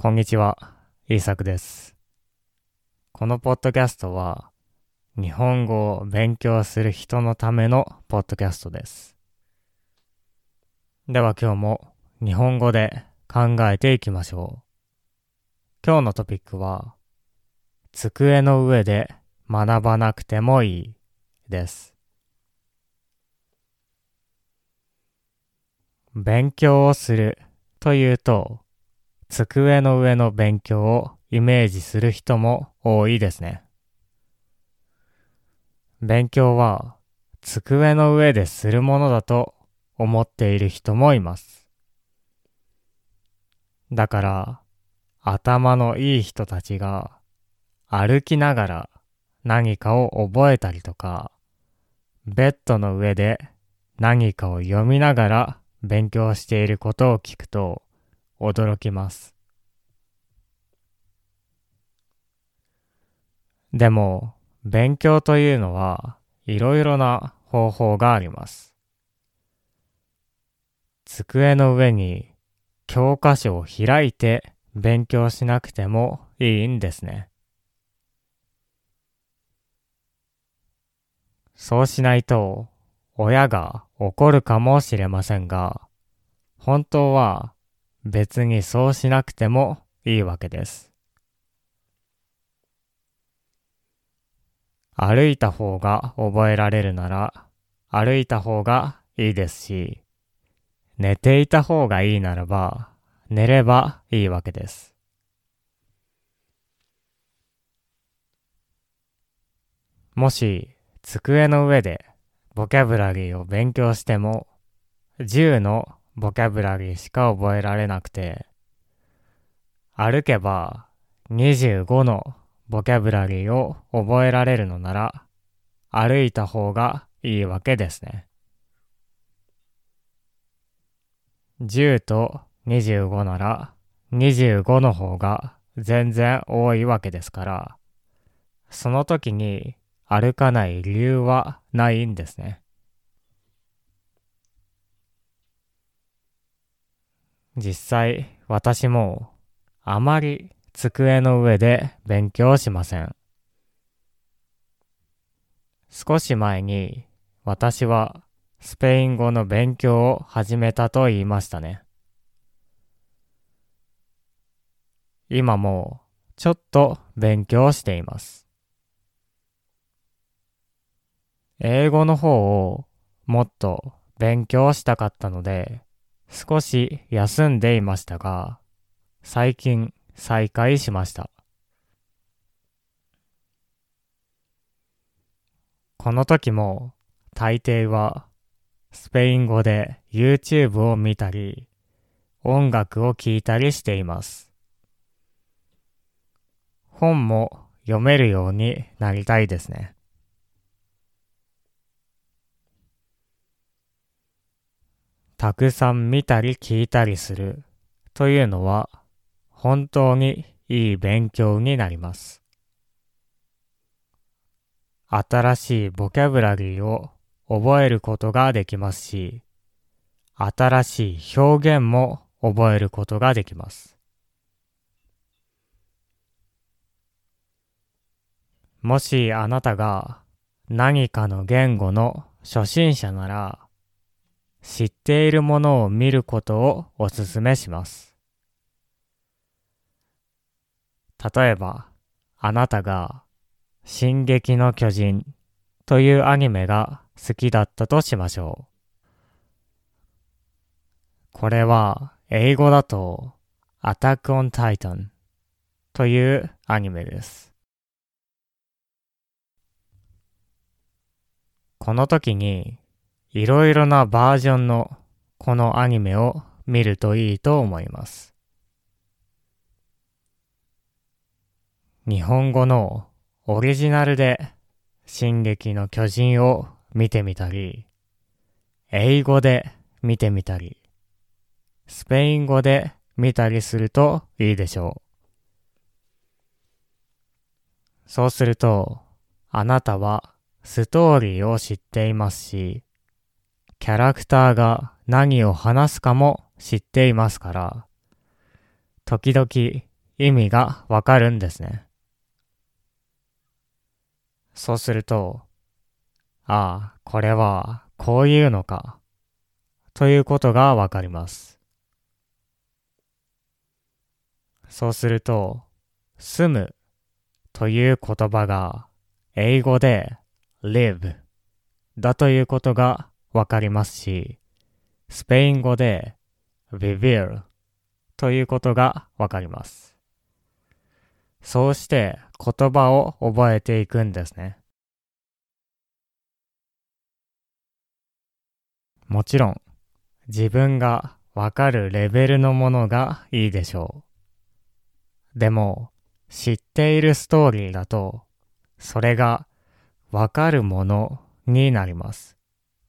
こんにちは、イーサクです。このポッドキャストは、日本語を勉強する人のためのポッドキャストです。では今日も日本語で考えていきましょう。今日のトピックは、机の上で学ばなくてもいいです。勉強をするというと、机の上の勉強をイメージする人も多いですね。勉強は机の上でするものだと思っている人もいます。だから頭のいい人たちが歩きながら何かを覚えたりとか、ベッドの上で何かを読みながら勉強していることを聞くと驚きます。でも勉強というのはいろいろな方法があります。机の上に教科書を開いて勉強しなくてもいいんですね。そうしないと親が怒るかもしれませんが、本当は別にそうしなくてもいいわけです。歩いた方が覚えられるなら歩いた方がいいですし、寝ていた方がいいならば寝ればいいわけです。もし机の上でボキャブラリーを勉強しても10のボキャブラリーしか覚えられなくて、歩けば25のボキャブラリーを覚えられるのなら歩いた方がいいわけですね。10と25なら25の方が全然多いわけですから、その時に歩かない理由はないんですね。実際私もあまり机の上で勉強しません。少し前に私はスペイン語の勉強を始めたと言いましたね。今もちょっと勉強しています。英語の方をもっと勉強したかったので少し休んでいましたが、最近再開しました。この時も大抵はスペイン語で YouTube を見たり音楽を聴いたりしています。本も読めるようになりたいですね。たくさん見たり聞いたりするというのは本当にいい勉強になります。新しいボキャブラリーを覚えることができますし、新しい表現も覚えることができます。もしあなたが何かの言語の初心者なら、知っているものを見ることをお勧めします。例えば、あなたが進撃の巨人というアニメが好きだったとしましょう。これは英語だとアタックオンタイタンというアニメです。この時にいろいろなバージョンのこのアニメを見るといいと思います。日本語のオリジナルで進撃の巨人を見てみたり、英語で見てみたり、スペイン語で見たりするといいでしょう。そうすると、あなたはストーリーを知っていますし、キャラクターが何を話すかも知っていますから、時々 意味がわかるんですね。そうすると、ああ、これはこういうのか、ということがわかります。そうすると、住むという言葉が英語で live だということがわかりますし、スペイン語で vivir ということがわかります。そうして言葉を覚えていくんですね。もちろん自分がわかるレベルのものがいいでしょう。でも知っているストーリーだとそれがわかるものになります。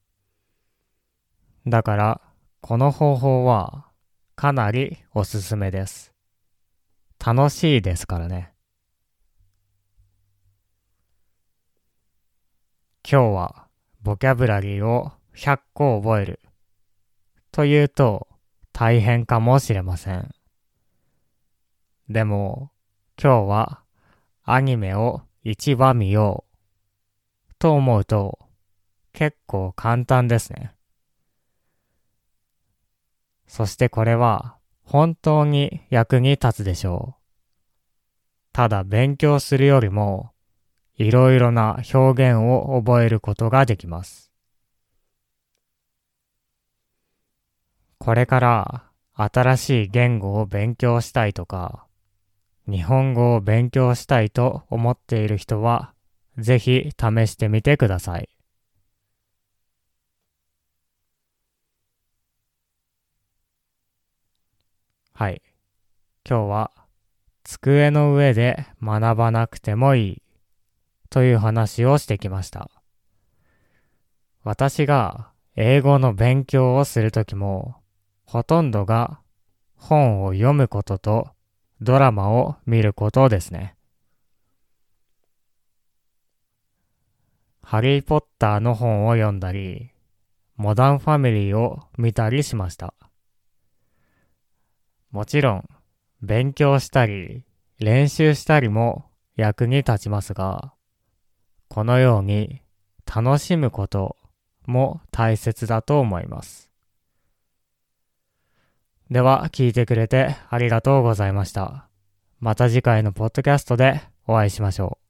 だからこの方法はかなりおすすめです。楽しいですからね。今日はボキャブラリーを100個覚えるというと大変かもしれません。でも今日はアニメを1話見ようと思うと結構簡単ですね。そしてこれは本当に役に立つでしょう。ただ勉強するよりもいろいろな表現を覚えることができます。これから新しい言語を勉強したいとか、日本語を勉強したいと思っている人は、ぜひ試してみてください。はい。今日は机の上で学ばなくてもいいという話をしてきました。私が英語の勉強をするときも、ほとんどが本を読むこととドラマを見ることですね。ハリーポッターの本を読んだり、モダンファミリーを見たりしました。もちろん、勉強したり、練習したりも役に立ちますが、このように楽しむことも大切だと思います。では、聞いてくれてありがとうございました。また次回のポッドキャストでお会いしましょう。